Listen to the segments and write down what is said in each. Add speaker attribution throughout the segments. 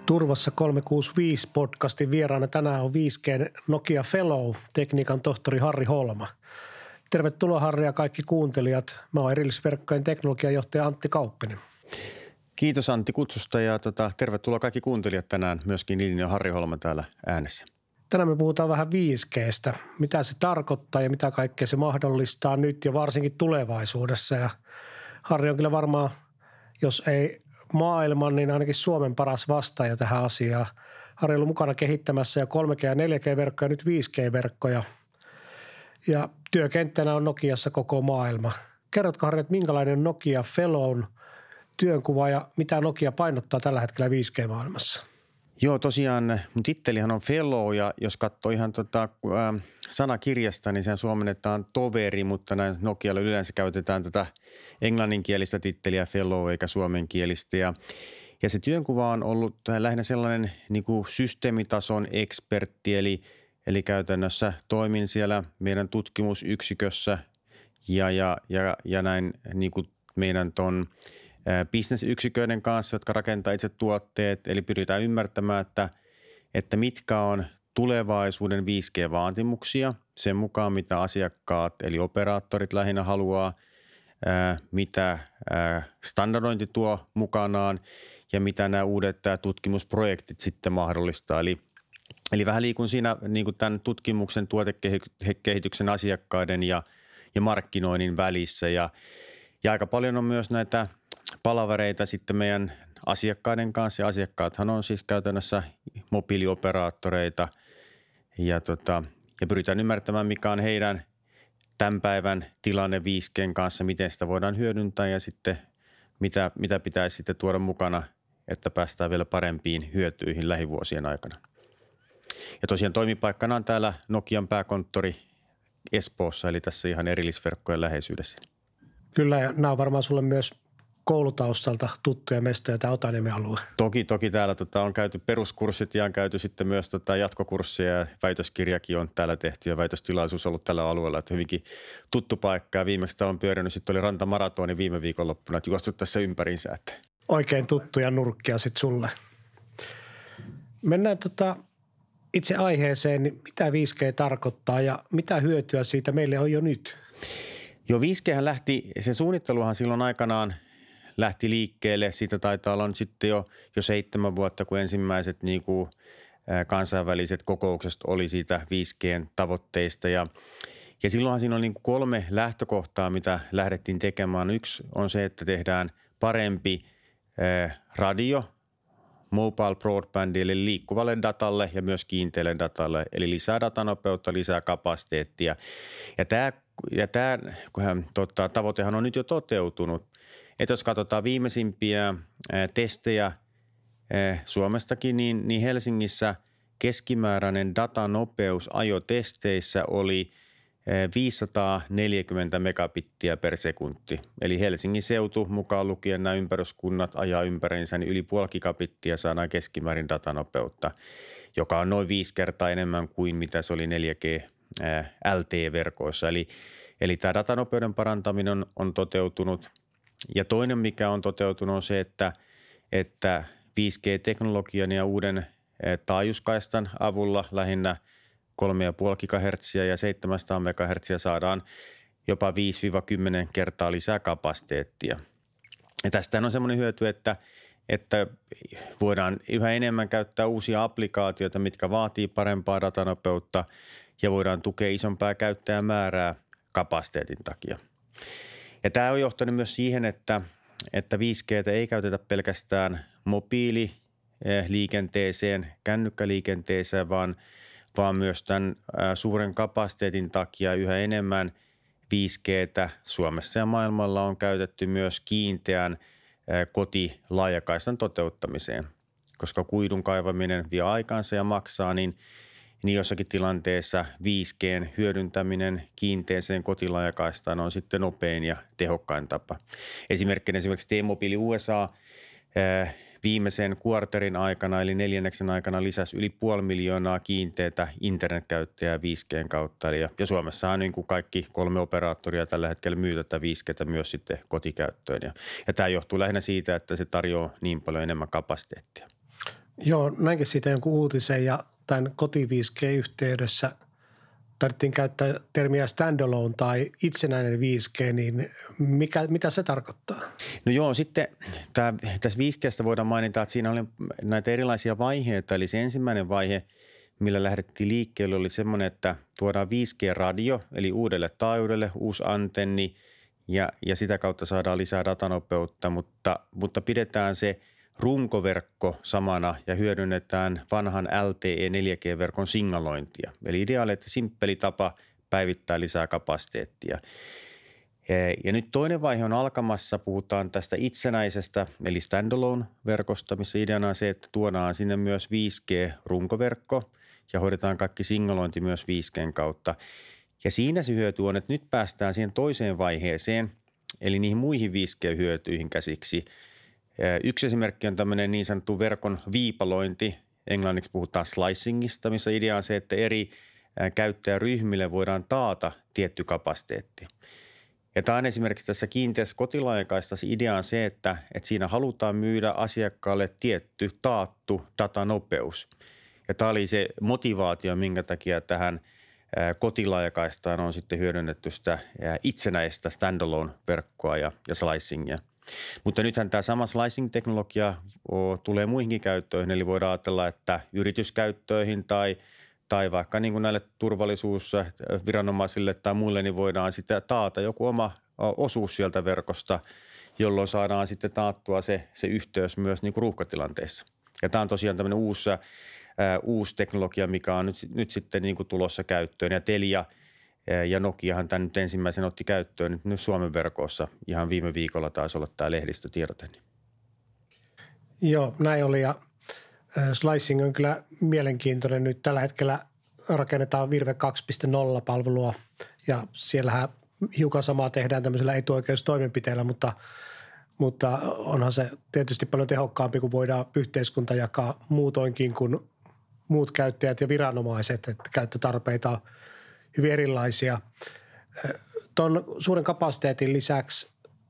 Speaker 1: Turvassa 365 podcastin vieraana tänään on 5G Nokia Fellow, tekniikan tohtori Harri Holma. Tervetuloa Harri ja kaikki kuuntelijat. Mä oon erillisverkkojen teknologiajohtaja Antti Kauppinen.
Speaker 2: Kiitos Antti kutsusta ja tervetuloa kaikki kuuntelijat tänään. Myöskin Nilin ja Harri Holma täällä äänessä.
Speaker 1: Tänään me puhutaan vähän 5G:stä, mitä se tarkoittaa ja mitä kaikkea se mahdollistaa nyt ja varsinkin tulevaisuudessa. Ja Harri on kyllä varmaan, jos ei maailman, niin ainakin Suomen paras vastaaja tähän asiaan. Harri on ollut mukana kehittämässä jo 3G- ja 4G-verkkoja, nyt 5G-verkkoja. Ja työkenttänä on Nokiassa koko maailma. Kerrotko Harri, että minkälainen Nokia Fellown työnkuva ja mitä Nokia painottaa tällä hetkellä 5G-maailmassa?
Speaker 2: Joo, tosiaan mun tittelihan on Fellow ja jos katsoo ihan sanakirjasta, niin sen suomennetaan toveri, mutta näin Nokialla yleensä käytetään tätä englanninkielistä titteliä Fellow eikä suomenkielistä. Ja se työnkuva on ollut lähinnä sellainen niin kuin systeemitason ekspertti, eli käytännössä toimin siellä meidän tutkimusyksikössä ja näin niin kuin meidän bisnesyksiköiden kanssa, jotka rakentaa itse tuotteet, eli pyritään ymmärtämään, että mitkä on tulevaisuuden 5G-vaatimuksia sen mukaan, mitä asiakkaat eli operaattorit lähinnä haluaa, mitä standardointi tuo mukanaan ja mitä nämä uudet tutkimusprojektit sitten mahdollistaa. Eli vähän liikun siinä niin kuin tämän tutkimuksen, tuotekehityksen asiakkaiden ja markkinoinnin välissä ja aika paljon on myös näitä palavereita sitten meidän asiakkaiden kanssa ja asiakkaathan on siis käytännössä mobiilioperaattoreita ja pyritään ymmärtämään, mikä on heidän tämän päivän tilanne 5G:n kanssa, miten sitä voidaan hyödyntää ja sitten mitä pitäisi sitten tuoda mukana, että päästään vielä parempiin hyötyihin lähivuosien aikana. Ja tosiaan toimipaikkana on täällä Nokian pääkonttori Espoossa, eli tässä ihan erillisverkkojen läheisyydessä.
Speaker 1: Kyllä, ja nämä on varmaan sulle myös koulutaustalta tuttuja mestoja tämä Otaniemen alue.
Speaker 2: Toki täällä on käyty peruskurssit ja on käyty sitten myös jatkokursseja ja väitöskirjakin on täällä tehty ja väitöstilaisuus on ollut tällä alueella, että hyvinkin tuttu paikka ja viimeksi täällä on pyörinyt, sitten oli rantamaratoni viime viikonloppuna, että juostu tässä ympäriinsä. Että.
Speaker 1: Oikein tuttuja nurkkia sitten sulle. Mennään itse aiheeseen, niin mitä 5G tarkoittaa ja mitä hyötyä siitä meille on jo nyt?
Speaker 2: Joo, 5G:hän se suunnitteluhan silloin aikanaan lähti liikkeelle. Siitä taitaa olla nyt sitten jo 7 vuotta, kun ensimmäiset niin kuin kansainväliset kokoukset oli siitä 5G:n tavoitteista. Ja silloinhan siinä on niin kuin 3 lähtökohtaa, mitä lähdettiin tekemään. Yksi on se, että tehdään parempi radio, mobile broadband eli liikkuvalle datalle ja myös kiinteälle datalle, eli lisää datanopeutta, lisää kapasiteettia. Ja tämä tavoitehan on nyt jo toteutunut. Että jos katsotaan viimeisimpiä testejä Suomestakin, niin Helsingissä keskimääräinen datanopeus ajotesteissä oli 540 megabittiä per sekunti. Eli Helsingin seutu mukaan lukien nämä ympäryskunnat ajaa ympäriinsä, niin yli puoli gigabittiä saadaan keskimäärin datanopeutta, joka on noin 5 kertaa enemmän kuin mitä se oli 4G LTE-verkoissa. Eli tämä datanopeuden parantaminen on toteutunut. Ja toinen, mikä on toteutunut, on se, että 5G-teknologian ja uuden taajuuskaistan avulla lähinnä 3,5 GHz ja 700 MHz saadaan jopa 5-10 kertaa lisää kapasiteettia. Ja tästä on semmoinen hyöty, että voidaan yhä enemmän käyttää uusia applikaatioita, mitkä vaatii parempaa datanopeutta ja voidaan tukea isompaa käyttäjämäärää kapasiteetin takia. Ja tämä on johtanut myös siihen, että 5G:tä ei käytetä pelkästään mobiililiikenteeseen, kännykkäliikenteeseen, vaan myös tämän suuren kapasiteetin takia yhä enemmän 5G:tä Suomessa ja maailmalla on käytetty myös kiinteän kotilaajakaistan toteuttamiseen, koska kuidun kaivaminen vie aikaansa ja maksaa, niin jossakin tilanteessa 5G:n hyödyntäminen kiinteeseen kotilaajakaistaan on sitten nopein ja tehokkain tapa. Esimerkiksi T-Mobile USA viimeisen kvartarin aikana eli neljänneksen aikana lisäsi yli 500,000 kiinteätä internetkäyttäjää 5G:n kautta. Ja Suomessahan niin kuin kaikki 3 operaattoria tällä hetkellä myy tätä 5G:tä myös sitten kotikäyttöön. Ja tämä johtuu lähinnä siitä, että se tarjoaa niin paljon enemmän kapasiteettia.
Speaker 1: Joo, näinkin siitä jonkun uutisen ja tämän koti 5G-yhteydessä tarvittiin käyttää termiä standalone tai itsenäinen 5G, niin mitä se tarkoittaa?
Speaker 2: No joo, sitten tässä 5G:stä voidaan mainita, että siinä oli näitä erilaisia vaiheita. Eli se ensimmäinen vaihe, millä lähdettiin liikkeelle, oli semmoinen, että tuodaan 5G-radio, eli uudelle taajuudelle uusi antenni ja sitä kautta saadaan lisää datanopeutta, mutta pidetään se runkoverkko samana ja hyödynnetään vanhan LTE 4G-verkon signalointia. Eli ideaali, että simppeli tapa päivittää lisää kapasiteettia. Ja nyt toinen vaihe on alkamassa, puhutaan tästä itsenäisestä eli standalone-verkosta, missä ideana on se, että tuodaan sinne myös 5G-runkoverkko ja hoidetaan kaikki signalointi myös 5G:n kautta. Ja siinä se hyöty on, että nyt päästään siihen toiseen vaiheeseen, eli niihin muihin 5G-hyötyihin käsiksi. Yksi esimerkki on tämmöinen niin sanottu verkon viipalointi, englanniksi puhutaan slicingista, missä idea on se, että eri käyttäjäryhmille voidaan taata tietty kapasiteetti. Ja tämä on esimerkiksi tässä kiinteässä kotilaajakaistassa idea on se, että siinä halutaan myydä asiakkaalle tietty taattu datanopeus. Ja tämä oli se motivaatio, minkä takia tähän kotilaajakaistaan on sitten hyödynnetty sitä itsenäistä standalone-verkkoa ja slicingia. Mutta nythän tämä sama slicing-teknologia tulee muihinkin käyttöihin, eli voidaan ajatella, että yrityskäyttöihin tai vaikka niin kuin näille turvallisuusviranomaisille tai muille, niin voidaan sitten taata joku oma osuus sieltä verkosta, jolloin saadaan sitten taattua se yhteys myös niin kuin ruuhkatilanteissa. Ja tämä on tosiaan tämmöinen uusi teknologia, mikä on nyt sitten niin kuin tulossa käyttöön. Ja Telia ja Nokiahan tämän nyt ensimmäisen otti käyttöön nyt Suomen verkossa. Ihan viime viikolla taisi olla tämä lehdistötiedote.
Speaker 1: Joo, näin oli ja slicing on kyllä mielenkiintoinen. Nyt tällä hetkellä rakennetaan Virve 2.0-palvelua ja siellähän hiukan samaa tehdään tämmöisellä etuoikeustoimenpiteillä, mutta onhan se tietysti paljon tehokkaampi, kun voidaan yhteiskunta jakaa muutoinkin kuin muut käyttäjät ja viranomaiset, että käyttötarpeita on hyvin erilaisia. Tuon suuren kapasiteetin lisäksi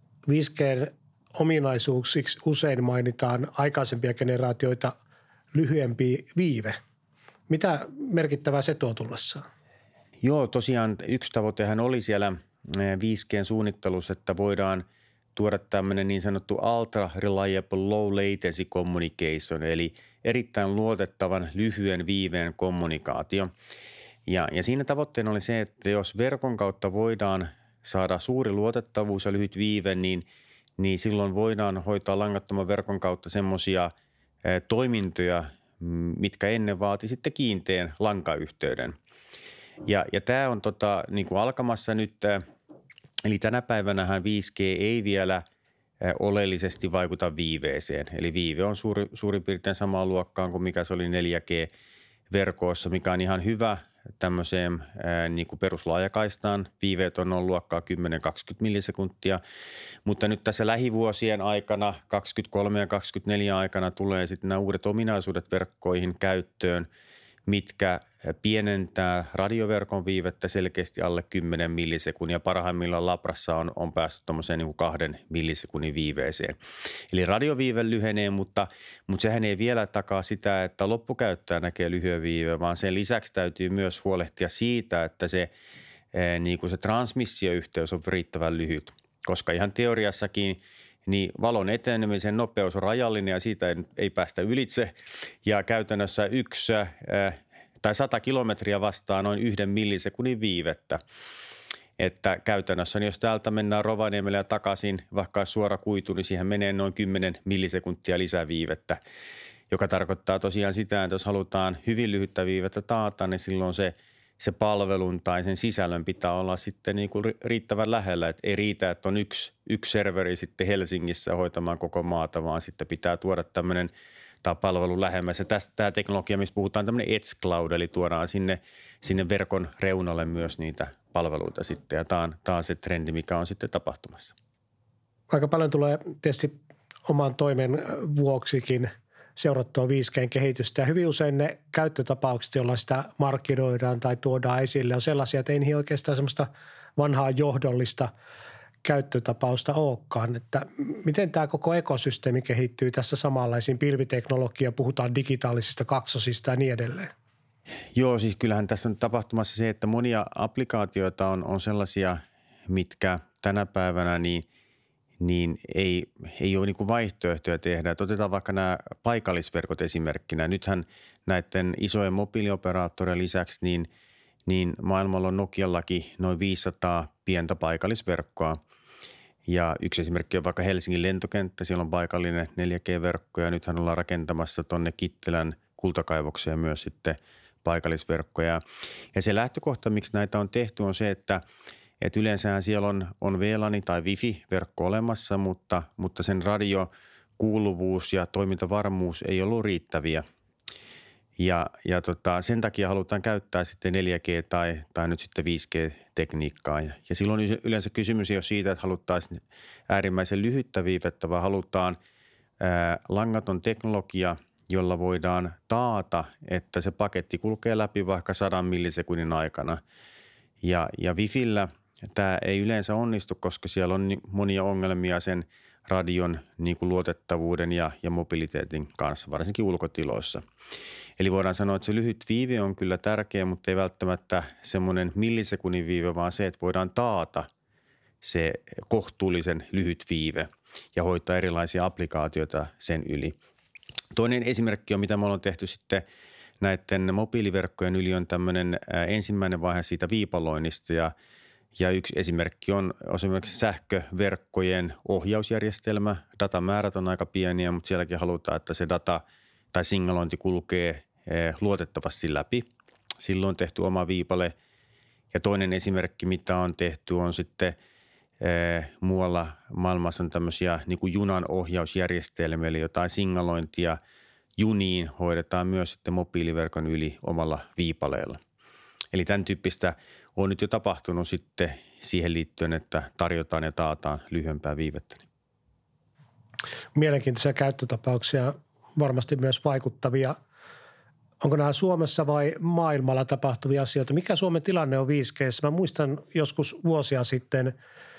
Speaker 1: 5G-ominaisuuksiksi usein mainitaan aikaisempia generaatioita lyhyempi viive. Mitä merkittävää se tuo tullessaan?
Speaker 2: Joo, tosiaan yksi tavoitehan oli siellä 5G-suunnittelussa, että voidaan tuoda tämmöinen niin sanottu ultra reliable low latency communication, eli erittäin luotettavan lyhyen viiveen kommunikaatio. Ja siinä tavoitteena oli se, että jos verkon kautta voidaan saada suuri luotettavuus ja lyhyt viive, niin silloin voidaan hoitaa langattoman verkon kautta semmoisia toimintoja, mitkä ennen vaati sitten kiinteän lankayhteyden. Ja tämä on niin kuin alkamassa nyt, eli tänä päivänähän 5G ei vielä oleellisesti vaikuta viiveeseen. Eli viive on suurin piirtein samaa luokkaan kuin mikä se oli 4G-verkoissa, mikä on ihan hyvä tämmöiseen niin kuin peruslaajakaistaan. Viiveet on ollut luokkaa 10-20 millisekuntia, mutta nyt tässä lähivuosien aikana, 23 ja 24 aikana tulee sitten nämä uudet ominaisuudet verkkoihin käyttöön, mitkä pienentää radioverkon viivettä selkeästi alle 10 millisekuntia. Parhaimmillaan Labrassa on päästy tuommoiseen niin kuin 2 millisekunnin viiveeseen. Eli radioviive lyhenee, mutta sehän ei vielä takaa sitä, että loppukäyttäjä näkee lyhyen viiveen, vaan sen lisäksi täytyy myös huolehtia siitä, että se transmissioyhteys on riittävän lyhyt, koska ihan teoriassakin niin valon etenemisen nopeus on rajallinen ja siitä ei päästä ylitse ja käytännössä 100 kilometriä vastaa noin 1 millisekunnin viivettä. Että käytännössä jos täältä mennään Rovaniemelle ja takaisin, vaikka suora kuitu, niin siihen menee noin 10 millisekuntia lisäviivettä, joka tarkoittaa tosiaan sitä, että jos halutaan hyvin lyhyttä viivettä taata, niin silloin se palvelun tai sen sisällön pitää olla sitten niin kuin riittävän lähellä. Et ei riitä, että on yksi serveri sitten Helsingissä hoitamaan koko maata, vaan sitten pitää tuoda tämmöinen palvelu lähemmäs. Ja tämä teknologia, missä puhutaan tämmöinen edge cloud, eli tuodaan sinne verkon reunalle myös niitä palveluita sitten. Ja tämä on se trendi, mikä on sitten tapahtumassa.
Speaker 1: Aika paljon tulee tietysti oman toimen vuoksikin seurattua 5G-kehitystä. Ja hyvin usein ne käyttötapaukset, joilla sitä markkinoidaan tai tuodaan esille, on sellaisia, että ei niihin oikeastaan semmoista vanhaa johdollista käyttötapausta olekaan, että miten tämä koko ekosysteemi kehittyy tässä samanlaisiin pilviteknologiaan, puhutaan digitaalisista kaksosista ja niin edelleen.
Speaker 2: Joo, siis kyllähän tässä on tapahtumassa se, että monia applikaatioita on sellaisia, mitkä tänä päivänä niin ei ole niin kuin vaihtoehtoja tehdä. Et otetaan vaikka nämä paikallisverkot esimerkkinä. Nythän näiden isojen mobiilioperaattorien lisäksi niin maailmalla on Nokiallakin noin 500 pientä paikallisverkkoa. Ja yksi esimerkki on vaikka Helsingin lentokenttä. Siellä on paikallinen 4G-verkko ja nythän ollaan rakentamassa tuonne Kittilän kultakaivokseen myös sitten paikallisverkkoja. Ja se lähtökohta, miksi näitä on tehty, on se, että yleensähän siellä on VLAN tai Wi-Fi-verkko olemassa, mutta sen radiokuuluvuus ja toimintavarmuus ei ollut riittäviä. Ja sen takia halutaan käyttää sitten 4G tai nyt sitten 5G-tekniikkaa. Ja silloin yleensä kysymys ei ole siitä, että haluttaisiin äärimmäisen lyhyttä viivettä, vaan halutaan langaton teknologia, jolla voidaan taata, että se paketti kulkee läpi vaikka 100 millisekunnin aikana. Ja Wifillä tämä ei yleensä onnistu, koska siellä on monia ongelmia sen radion niin kuin luotettavuuden ja mobiliteetin kanssa, varsinkin ulkotiloissa. Eli voidaan sanoa, että se lyhyt viive on kyllä tärkeä, mutta ei välttämättä semmoinen millisekunnin viive, vaan se, että voidaan taata se kohtuullisen lyhyt viive ja hoitaa erilaisia applikaatioita sen yli. Toinen esimerkki on, mitä me ollaan tehty sitten näiden mobiiliverkkojen yli, on tämmöinen ensimmäinen vaihe siitä viipaloinnista ja yksi esimerkki on esimerkiksi sähköverkkojen ohjausjärjestelmä. Datamäärät on aika pieniä, mutta sielläkin halutaan, että se data tai signalointi kulkee luotettavasti läpi. Silloin on tehty oma viipale. Ja toinen esimerkki, mitä on tehty, on sitten muualla maailmassa on tämmöisiä niin kuin junan ohjausjärjestelmiä, eli jotain signalointia juniin hoidetaan myös sitten mobiiliverkon yli omalla viipaleella. Eli tämän tyyppistä on nyt jo tapahtunut sitten siihen liittyen, että tarjotaan ja taataan lyhyempää viivettä.
Speaker 1: Mielenkiintoisia käyttötapauksia, varmasti myös vaikuttavia. Onko nämä Suomessa vai maailmalla tapahtuvia asioita? Mikä Suomen tilanne on 5G:ssä? Mä muistan joskus vuosia sitten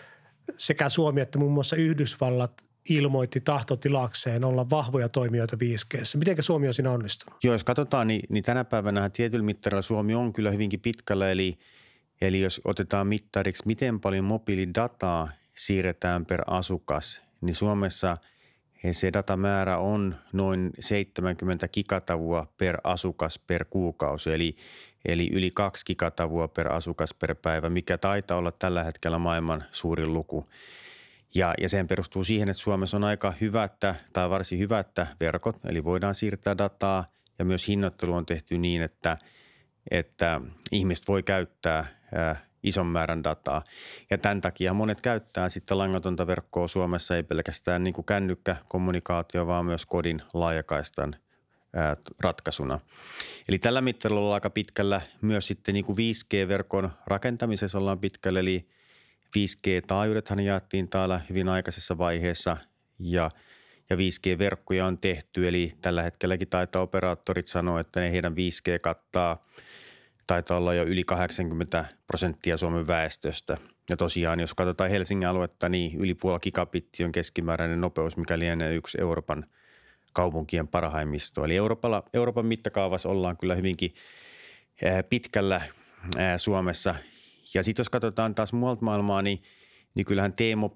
Speaker 1: sekä Suomi että muun muassa Yhdysvallat ilmoitti tahtotilakseen olla vahvoja toimijoita 5G:ssä. Miten Suomi on siinä onnistunut?
Speaker 2: Joo, jos katsotaan, niin tänä päivänä tietyllä mittarilla Suomi on kyllä hyvinkin pitkällä. Eli jos otetaan mittariksi, miten paljon mobiilidataa siirretään per asukas, niin Suomessa se datamäärä on noin 70 gigatavua per asukas per kuukausi, eli yli 2 gigatavua per asukas per päivä, mikä taitaa olla tällä hetkellä maailman suurin luku. Ja sen perustuu siihen, että Suomessa on aika hyvättä tai varsin hyvättä verkot, eli voidaan siirtää dataa ja myös hinnoittelu on tehty niin, että ihmiset voi käyttää ison määrän dataa. Ja tämän takia monet käyttää sitten langatonta verkkoa Suomessa, ei pelkästään niin kuin kännykkäkommunikaatio, vaan myös kodin laajakaistan ratkaisuna. Eli tällä mittarilla ollaan aika pitkällä myös sitten niin kuin 5G-verkon rakentamisessa ollaan pitkällä, eli 5G-taajuudethan jaettiin täällä hyvin aikaisessa vaiheessa ja 5G-verkkoja on tehty, eli tällä hetkelläkin taitaa operaattorit sanoa, että ne heidän 5G kattaa taitaa olla jo yli 80% Suomen väestöstä. Ja tosiaan, jos katsotaan Helsingin aluetta, niin yli 0,5 gigabitti on keskimääräinen nopeus, mikä lienee yksi Euroopan kaupunkien parhaimmisto. Eli Euroopan mittakaavassa ollaan kyllä hyvinkin pitkällä Suomessa. Ja sitten jos katsotaan taas muualta maailmaa, niin kyllähän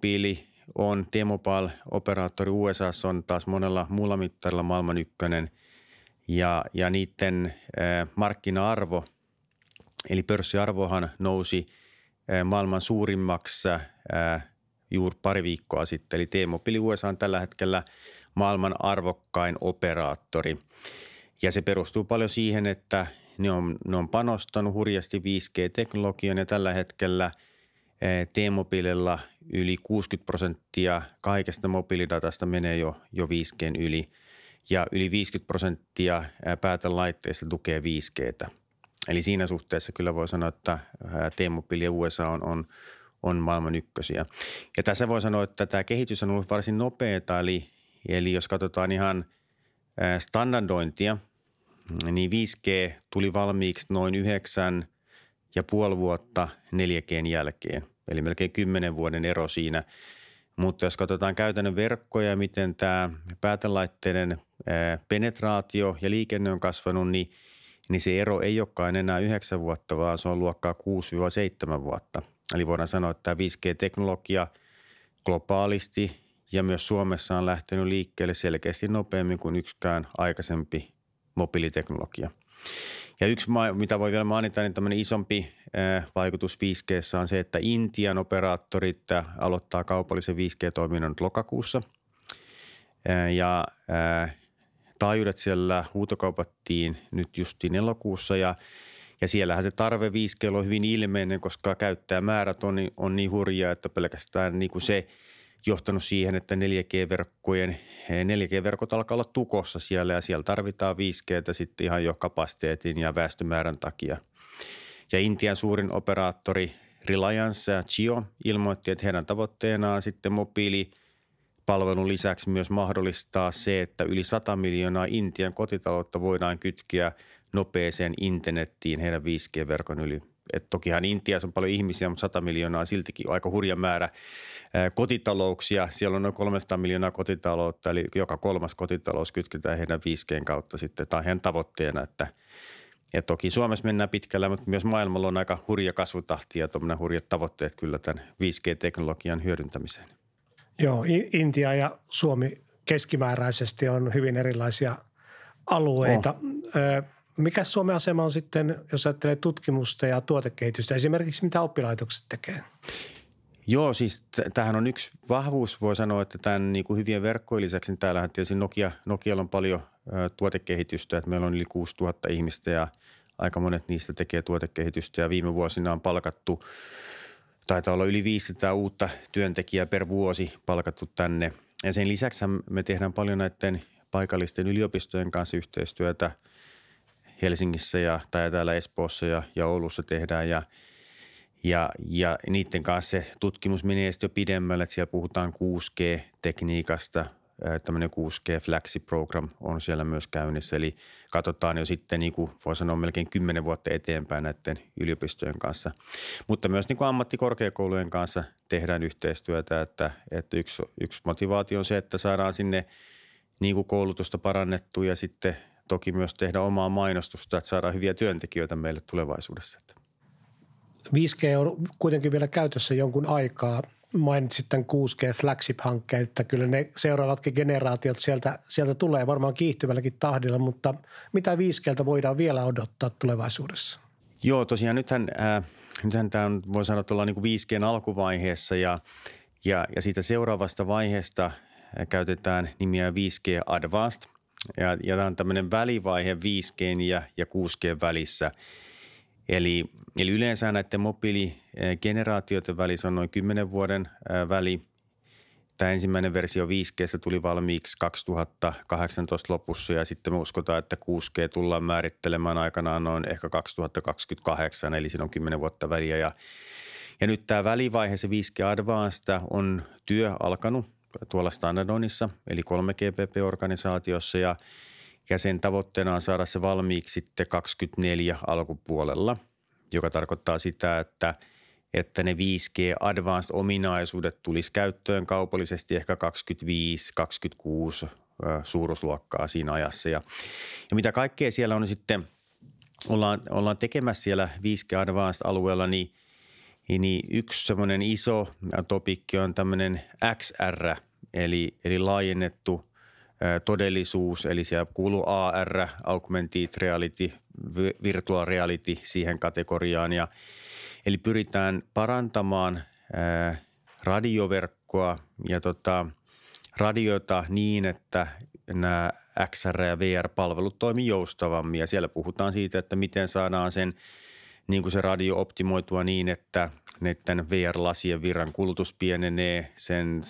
Speaker 2: T-Mobile-operaattori USA:ssa on taas monella muulla mittarilla maailman ykkönen. Ja niiden markkina-arvo, eli pörssiarvohan nousi maailman suurimmaksi juuri pari viikkoa sitten. Eli T-Mobile USA on tällä hetkellä maailman arvokkain operaattori. Ja se perustuu paljon siihen, että ne on panostanut hurjasti 5G-teknologian ja tällä hetkellä T-Mobilella yli 60% kaikesta mobiilidatasta menee jo 5G:n yli ja yli 50% päätelaitteista tukee 5G:tä. Eli siinä suhteessa kyllä voi sanoa, että T-Mobile ja USA on maailman ykkösiä. Ja tässä voi sanoa, että tämä kehitys on ollut varsin nopeata, eli jos katsotaan ihan standardointia, niin 5G tuli valmiiksi noin 9,5 vuotta 4G:n jälkeen. eli melkein 10 vuoden ero siinä. Mutta jos katsotaan käytännön verkkoja ja miten tämä päätelaitteiden penetraatio ja liikenne on kasvanut, niin se ero ei olekaan enää 9 vuotta, vaan se on luokkaa 6-7 vuotta. Eli voidaan sanoa, että tämä 5G-teknologia globaalisti ja myös Suomessa on lähtenyt liikkeelle selkeästi nopeammin kuin yksikään aikaisempi mobiiliteknologia. Ja yksi, mitä voi vielä mainita, niin tämmöinen isompi vaikutus 5G:ssä on se, että Intian operaattorit aloittaa kaupallisen 5G-toiminnan lokakuussa. Ja taajuudet siellä huutokaupattiin nyt justiin elokuussa ja siellähän se tarve 5G on hyvin ilmeinen, koska käyttäjämäärät on niin hurjaa, että pelkästään niin kuin se johtanut siihen, että 4G-verkot alkaa olla tukossa siellä ja siellä tarvitaan 5G:tä sitten ihan jo kapasiteetin ja väestömäärän takia. Ja Intian suurin operaattori Reliance Jio ilmoitti, että heidän tavoitteenaan sitten mobiilipalvelun lisäksi myös mahdollistaa se, että yli 100 miljoonaa Intian kotitaloutta voidaan kytkeä nopeeseen internettiin heidän 5G-verkon yli. Et tokihan Intiassa on paljon ihmisiä, mutta 100 miljoonaa siltikin aika hurja määrä kotitalouksia. Siellä on noin 300 miljoonaa kotitaloutta, eli joka 3. kotitalous kytketään heidän 5G:n kautta sitten. Tämä on heidän tavoitteena, että toki Suomessa mennään pitkällä, mutta myös maailmalla on aika hurja kasvutahti ja tuommoinen hurjat tavoitteet kyllä tämän 5G-teknologian hyödyntämiseen.
Speaker 1: Joo, Intia ja Suomi keskimääräisesti on hyvin erilaisia alueita. Mikä Suomen asema on sitten, jos ajattelee tutkimusta ja tuotekehitystä, esimerkiksi mitä oppilaitokset tekee?
Speaker 2: Joo, siis tämähän on yksi vahvuus, voi sanoa, että tämän niin kuin hyvien verkkojen lisäksi, niin täällähän tietysti Nokialla on paljon tuotekehitystä, että meillä on yli 6000 ihmistä ja aika monet niistä tekee tuotekehitystä ja viime vuosina on palkattu, taitaa olla yli 500 uutta työntekijää per vuosi palkattu tänne. Ja sen lisäksi me tehdään paljon näiden paikallisten yliopistojen kanssa yhteistyötä Helsingissä tai täällä Espoossa ja Oulussa tehdään ja niiden kanssa se tutkimus menee sitten jo pidemmälle, että siellä puhutaan 6G-tekniikasta. Tämmöinen 6G Flexi Program on siellä myös käynnissä, eli katsotaan jo sitten niin kuin voi sanoa melkein 10 vuotta eteenpäin näiden yliopistojen kanssa. Mutta myös niin kuin ammattikorkeakoulujen kanssa tehdään yhteistyötä, että yksi motivaatio on se, että saadaan sinne niin kuin koulutusta parannettua ja sitten toki myös tehdä omaa mainostusta, että saadaan hyviä työntekijöitä meille tulevaisuudessa. 5G
Speaker 1: on kuitenkin vielä käytössä jonkun aikaa. Mainitsit tämän 6G Flagship-hankkeen, että kyllä ne seuraavatkin generaatiot sieltä tulee varmaan kiihtyvälläkin tahdilla, mutta mitä 5G:ltä voidaan vielä odottaa tulevaisuudessa? Joo,
Speaker 2: tosiaan nythän tämä on, voi sanoa, että ollaan niin kuin 5G:n alkuvaiheessa ja siitä seuraavasta vaiheesta käytetään nimiä 5G Advanced ja tämä on tämmöinen välivaihe 5G:n ja 6G:n välissä. Eli yleensä näiden mobiiligeneraatioiden välissä on noin 10 vuoden väli. Tämä ensimmäinen versio 5G:stä tuli valmiiksi 2018 lopussa ja sitten me uskotaan, että 6G tullaan määrittelemään aikanaan noin ehkä 2028, eli siinä on 10 vuotta väliä. Ja nyt tämä välivaihe, se 5G Advanced, on työ alkanut tuolla standardoinnissa, eli 3GPP-organisaatiossa ja sen tavoitteena on saada se valmiiksi sitten 2024 alkupuolella, joka tarkoittaa sitä, että ne 5G Advanced-ominaisuudet tulisi käyttöön kaupallisesti ehkä 25-26 suuruusluokkaa siinä ajassa. Ja mitä kaikkea siellä on sitten, ollaan tekemässä siellä 5G Advanced-alueella, niin yksi semmoinen iso topikki on tämmöinen XR, eli laajennettu todellisuus, eli siellä kuuluu AR, Augmented Reality, Virtual Reality siihen kategoriaan. Eli pyritään parantamaan radioverkkoa ja radiota niin, että nämä XR- ja VR-palvelut toimii joustavammin. Ja siellä puhutaan siitä, että miten saadaan niin kuin se radio optimoitua niin, että näiden VR-lasien virran kulutus pienenee, sen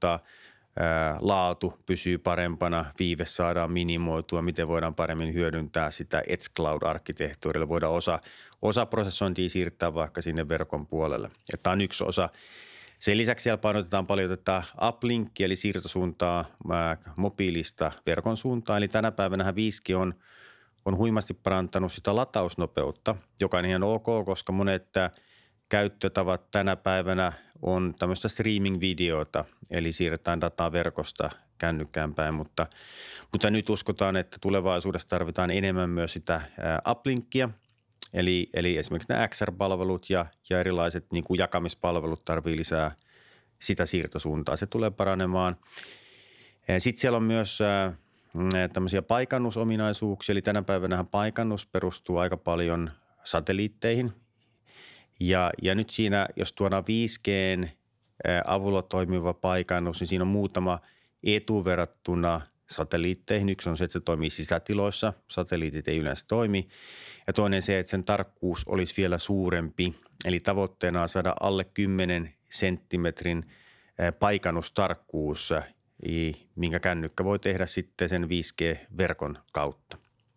Speaker 2: laatu pysyy parempana, viive saadaan minimoitua, miten voidaan paremmin hyödyntää sitä Edge Cloud-arkkitehtuurilla. Voidaan osa prosessointia siirtää vaikka sinne verkon puolelle. Ja tämä on yksi osa. Sen lisäksi siellä painotetaan paljon tätä uplinkkia, eli siirtosuuntaa mobiilista verkon suuntaan. Eli tänä päivänä 5G on huimasti parantanut sitä latausnopeutta, joka on ihan ok, koska monet käyttötavat tänä päivänä on tämmöistä streaming-videota, eli siirretään dataa verkosta kännykkään päin, mutta nyt uskotaan, että tulevaisuudessa tarvitaan enemmän myös sitä uplinkia, eli esimerkiksi nämä XR-palvelut ja erilaiset niin kuin jakamispalvelut tarvii lisää sitä siirtosuuntaa. Se tulee paranemaan. Sitten siellä on myös tämmöisiä paikannusominaisuuksia, eli tänä päivänä paikannus perustuu aika paljon satelliitteihin. Ja nyt siinä, jos tuodaan 5G:n avulla toimiva paikannus, niin siinä on muutama etu verrattuna satelliitteihin. Yksi on se, että se toimii sisätiloissa. Satelliitit ei yleensä toimi. Ja toinen se, että sen tarkkuus olisi vielä suurempi. Eli tavoitteena on saada alle 10 senttimetrin paikannustarkkuus, minkä kännykkä voi tehdä sitten sen 5G-verkon kautta.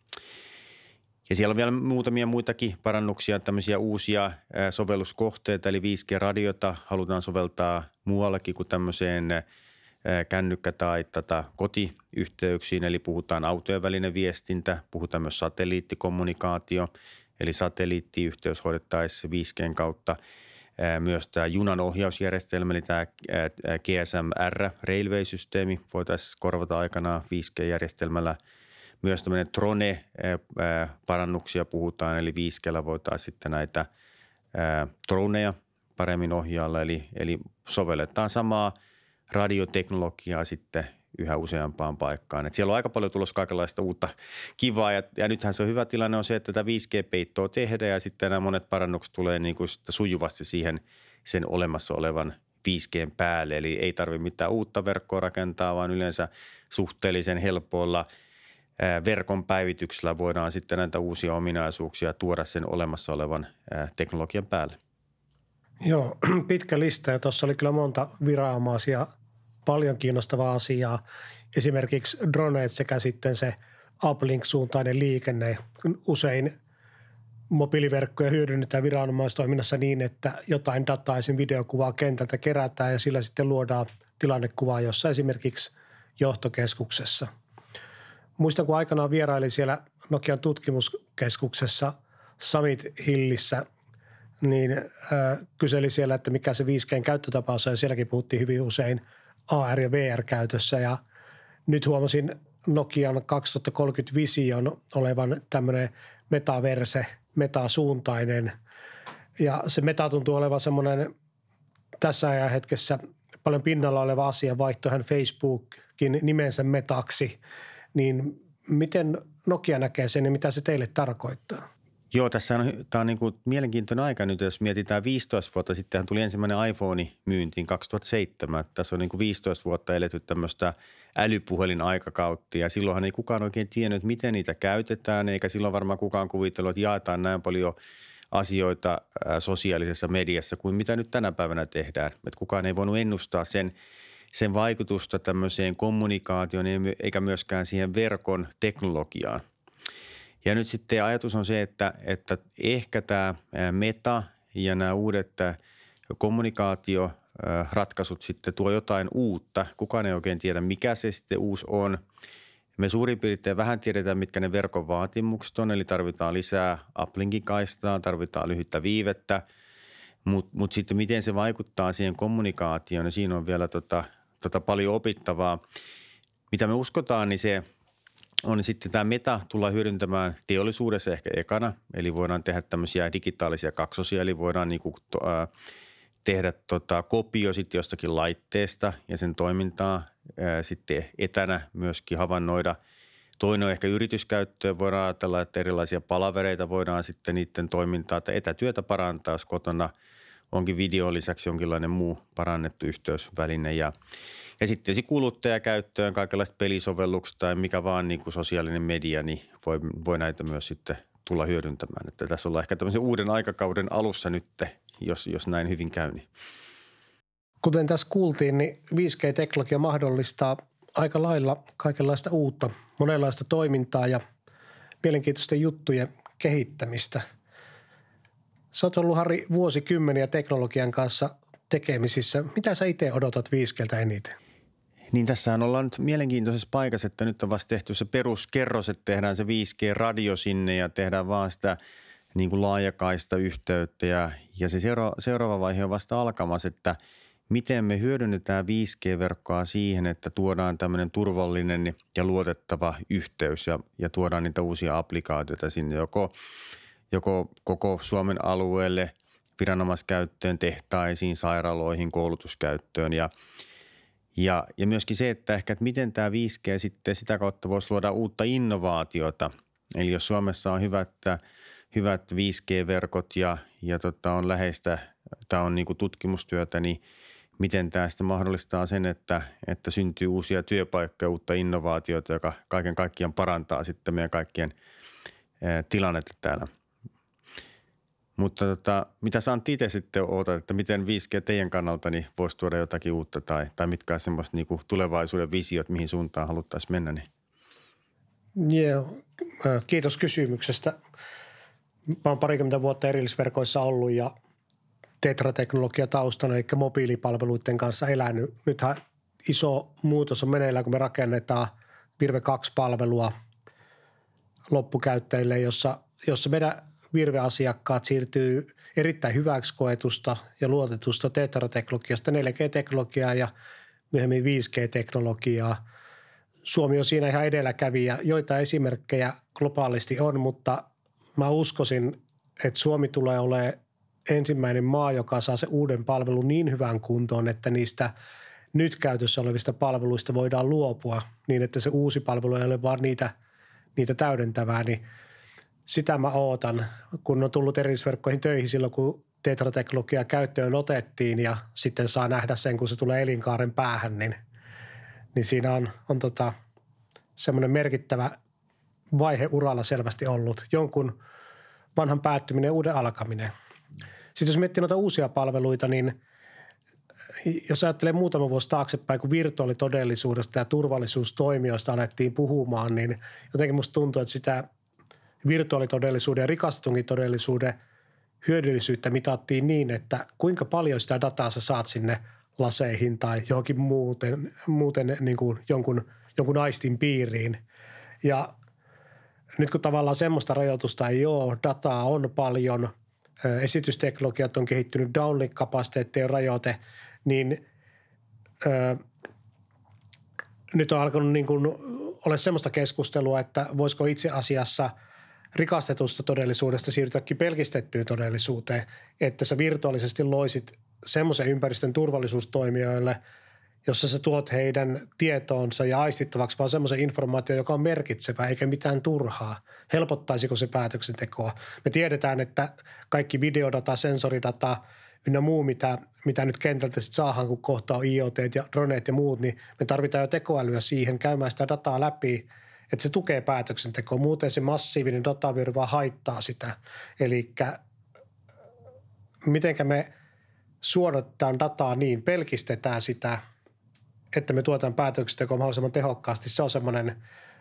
Speaker 2: Ja siellä on vielä muutamia muitakin parannuksia, tämmöisiä uusia sovelluskohteita, eli 5G-radiota halutaan soveltaa muuallekin kuin tämmöiseen kännykkä- tai kotiyhteyksiin, eli puhutaan autojen välinen viestintä, puhutaan myös satelliittikommunikaatio, eli satelliittiyhteys hoidettaisiin 5G:n kautta. Myös tämä junan ohjausjärjestelmä, eli tämä GSM-R Railway-systeemi voitaisiin korvata aikanaan 5G-järjestelmällä. Myös tämmöinen drone-parannuksia puhutaan, eli 5G:llä voitaisiin sitten näitä droneja paremmin ohjailla, eli sovelletaan samaa radioteknologiaa sitten yhä useampaan paikkaan. Et siellä on aika paljon tulossa kaikenlaista uutta kivaa ja nythän se on hyvä tilanne on se, että tätä 5G-peittoa tehdään ja sitten nämä monet parannukset tulee niin kuin sujuvasti siihen sen olemassa olevan 5G:n päälle. Eli ei tarvitse mitään uutta verkkoa rakentaa, vaan yleensä suhteellisen helpolla verkon päivityksellä voidaan sitten näitä uusia ominaisuuksia tuoda sen olemassa olevan teknologian päälle.
Speaker 1: Joo, pitkä lista ja tuossa oli kyllä monta viranomaisia, paljon kiinnostavaa asiaa. Esimerkiksi droneet sekä sitten se uplink-suuntainen liikenne. Usein mobiiliverkkoja hyödynnetään viranomaistoiminnassa niin, että jotain dataa, esimerkiksi videokuvaa kentältä kerätään ja sillä sitten luodaan tilannekuvaa jossa esimerkiksi johtokeskuksessa. Muistan, kun aikanaan vierailin siellä Nokian tutkimuskeskuksessa Summit Hillissä, niin kyseli siellä, että mikä se 5G:n käyttötapaus on, ja sielläkin puhuttiin hyvin usein AR- ja VR-käytössä, ja nyt huomasin Nokian 2030-vision olevan tämmöinen metaverse, metasuuntainen, ja se meta tuntuu olevan semmoinen tässä ajan hetkessä paljon pinnalla oleva asia, vaihtoihan Facebookin nimensä metaksi, niin miten Nokia näkee sen ja mitä se teille tarkoittaa?
Speaker 2: Joo, tämä on niin kuin mielenkiintoinen aika nyt, jos mietitään 15 vuotta. Sittenhän tuli ensimmäinen iPhone myyntiin 2007. Tässä on niin kuin 15 vuotta eletty tämmöistä älypuhelin-aikakautta ja silloinhan ei kukaan oikein tiennyt, miten niitä käytetään, eikä silloin varmaan kukaan kuvitellut, että jaetaan näin paljon asioita sosiaalisessa mediassa kuin mitä nyt tänä päivänä tehdään. Että kukaan ei voinut ennustaa sen vaikutusta tämmöiseen kommunikaatioon eikä myöskään siihen verkon teknologiaan. Ja nyt sitten ajatus on se, että ehkä tämä meta ja nämä uudet kommunikaatioratkaisut sitten tuo jotain uutta. Kukaan ei oikein tiedä, mikä se sitten uusi on. Me suurin piirtein vähän tiedetään, mitkä ne verkon vaatimukset on, eli tarvitaan lisää uplinkin kaistaa, tarvitaan lyhyttä viivettä, mutta sitten miten se vaikuttaa siihen kommunikaatioon, niin siinä on vielä paljon opittavaa. Mitä me uskotaan, niin se on sitten tämä meta tullaan hyödyntämään teollisuudessa ehkä ekana, eli voidaan tehdä tämmöisiä digitaalisia kaksosia, eli voidaan niinku, tehdä kopio sitten jostakin laitteesta ja sen toimintaa sitten etänä myöskin havainnoida. Toinen on ehkä yrityskäyttöä, voidaan ajatella, että erilaisia palavereita voidaan sitten niiden toimintaa, että etätyötä parantaa, jos kotona onkin videon lisäksi jonkinlainen muu parannettu yhteysväline ja sitten kuluttajakäyttöön kaikenlaiset pelisovellukset tai mikä vaan niin kuin sosiaalinen media, niin voi näitä myös sitten tulla hyödyntämään. Että tässä ollaan ehkä tämmöisen uuden aikakauden alussa nyt, jos näin hyvin käy. Niin.
Speaker 1: Kuten tässä kuultiin, niin 5G-teknologia mahdollistaa aika lailla kaikenlaista uutta, monenlaista toimintaa ja mielenkiintoisten juttujen kehittämistä. Sä oot ollut, Harri, vuosikymmeniä teknologian kanssa tekemisissä. Mitä sä itse odotat 5G:ltä eniten?
Speaker 2: Niin tässähän ollaan nyt mielenkiintoisessa paikassa, että nyt on vasta tehty se peruskerros, että tehdään se 5G-radio sinne ja tehdään vaan sitä niin kuin laajakaista yhteyttä ja se seuraava vaihe on vasta alkamassa, että miten me hyödynnetään 5G-verkkoa siihen, että tuodaan tämmöinen turvallinen ja luotettava yhteys ja tuodaan niitä uusia applikaatioita sinne joko koko Suomen alueelle, viranomaiskäyttöön, tehtaisiin, sairaaloihin, koulutuskäyttöön ja myöskin se, että miten tämä 5G sitten sitä kautta voisi luoda uutta innovaatiota. Eli jos Suomessa on hyvät 5G-verkot ja on läheistä, tämä on niin kuin tutkimustyötä, niin miten tämä sitten mahdollistaa sen, että syntyy uusia työpaikkoja, uutta innovaatiota, joka kaiken kaikkiaan parantaa sitten meidän kaikkien tilannetta täällä. Mutta mitä sä Antti itse sitten ootat, että miten 5G teidän kannalta niin voisi tuoda jotakin uutta tai mitkä on semmoiset niin kuin tulevaisuuden visiot, mihin suuntaan haluttaisiin mennä? Niin?
Speaker 1: Joo, kiitos kysymyksestä. Mä oon 20 vuotta erillisverkoissa ollut ja Tetra-teknologia taustana, eli mobiilipalveluiden kanssa elänyt. Nythän iso muutos on meneillään, kun me rakennetaan Virve 2-palvelua loppukäyttäjille, jossa meidän Virve-asiakkaat siirtyy erittäin hyväksi koetusta ja luotetusta Tetra-teknologiasta 4G-teknologiaa ja myöhemmin 5G-teknologiaa. Suomi on siinä ihan edelläkävijä. Joita esimerkkejä globaalisti on, mutta mä uskoisin, että Suomi tulee olemaan ensimmäinen maa, joka saa se uuden palvelun niin hyvään kuntoon, että niistä nyt käytössä olevista palveluista voidaan luopua niin, että se uusi palvelu ei ole vaan niitä täydentävää, niin sitä mä ootan, kun on tullut erillisverkkoihin töihin silloin, kun Tetra-teknologiaa käyttöön otettiin ja sitten saa nähdä sen, kun se tulee elinkaaren päähän, niin siinä on semmoinen merkittävä vaihe uralla selvästi ollut. Jonkun vanhan päättyminen ja uuden alkaminen. Sitten jos miettii noita uusia palveluita, niin jos ajattelee muutama vuosi taaksepäin, kun virtuaalitodellisuudesta ja turvallisuustoimijoista alettiin puhumaan, niin jotenkin musta tuntuu, että sitä virtuaalitodellisuuden ja rikastunkin todellisuuden hyödyllisyyttä mitattiin niin, että kuinka paljon sitä dataa sä saat sinne laseihin tai johonkin muuten niin kuin jonkun aistin piiriin. Ja nyt kun tavallaan semmoista rajoitusta ei ole, dataa on paljon, esitysteknologiat on kehittynyt, downlink-kapasiteetti on rajoite, niin nyt on alkanut niin kuin olla semmoista keskustelua, että voisiko itse asiassa rikastetusta todellisuudesta siirtyäkin pelkistettyyn todellisuuteen, että sä virtuaalisesti loisit semmoisen ympäristön turvallisuustoimijoille, jossa sä tuot heidän tietoonsa ja aistittavaksi vaan semmoisen informaation, joka on merkitsevä eikä mitään turhaa. Helpottaisiko se päätöksentekoa? Me tiedetään, että kaikki videodata, sensoridata ynnä muu, mitä nyt kentältä sitten saadaan, kun kohta on IoT ja droneet ja muut, niin me tarvitaan jo tekoälyä siihen käymään sitä dataa läpi, että se tukee päätöksentekoa. Muuten se massiivinen datavyöry vaan haittaa sitä. Eli mitenkä me suodatetaan dataa niin, pelkistetään sitä, että me tuotetaan päätöksentekoa mahdollisimman tehokkaasti. Se on semmoinen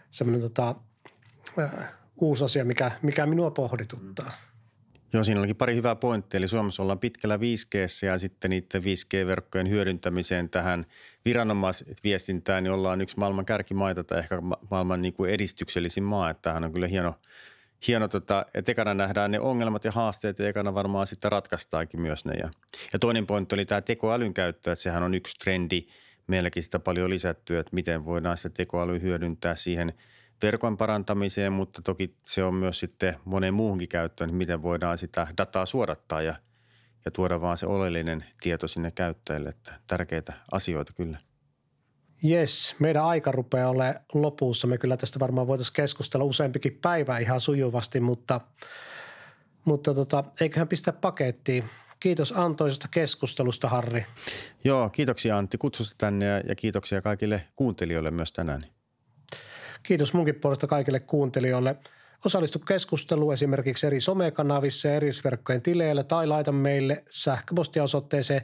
Speaker 1: uusi asia, mikä minua pohdituttaa.
Speaker 2: Joo, siinä onkin pari hyvää pointtia. Eli Suomessa ollaan pitkällä 5G:ssä ja sitten niiden 5G-verkkojen hyödyntämiseen tähän viranomaisviestintään, niin ollaan yksi maailman kärkimaita tai ehkä maailman niin kuin edistyksellisin maa. Että tämähän on kyllä hieno, että ekana nähdään ne ongelmat ja haasteet ja ekana varmaan sitten ratkaistaankin myös ne. Ja toinen pointti oli tämä tekoälyn käyttö, että sehän on yksi trendi. Meilläkin sitä paljon lisätty, että miten voidaan sitä tekoälyä hyödyntää siihen verkon parantamiseen, mutta toki se on myös sitten moneen muuhunkin käyttöön, että miten voidaan sitä dataa suodattaa ja tuoda vaan se oleellinen tieto sinne käyttäjille, että tärkeitä asioita kyllä.
Speaker 1: Jes, meidän aika rupeaa olemaan lopussa. Me kyllä tästä varmaan voitaisiin keskustella useampikin päivä ihan sujuvasti, mutta eiköhän pistä pakettiin. Kiitos antoisesta keskustelusta, Harri.
Speaker 2: Joo, kiitoksia Antti kutsusta tänne ja kiitoksia kaikille kuuntelijoille myös tänään.
Speaker 1: Kiitos munkin puolesta kaikille kuuntelijoille. Osallistu keskusteluun esimerkiksi eri somekanavissa ja erillisverkkojen tileillä tai laita meille sähköpostiosoitteeseen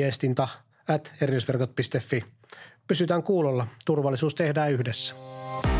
Speaker 1: viestintä@erillisverkot.fi. Pysytään kuulolla. Turvallisuus tehdään yhdessä.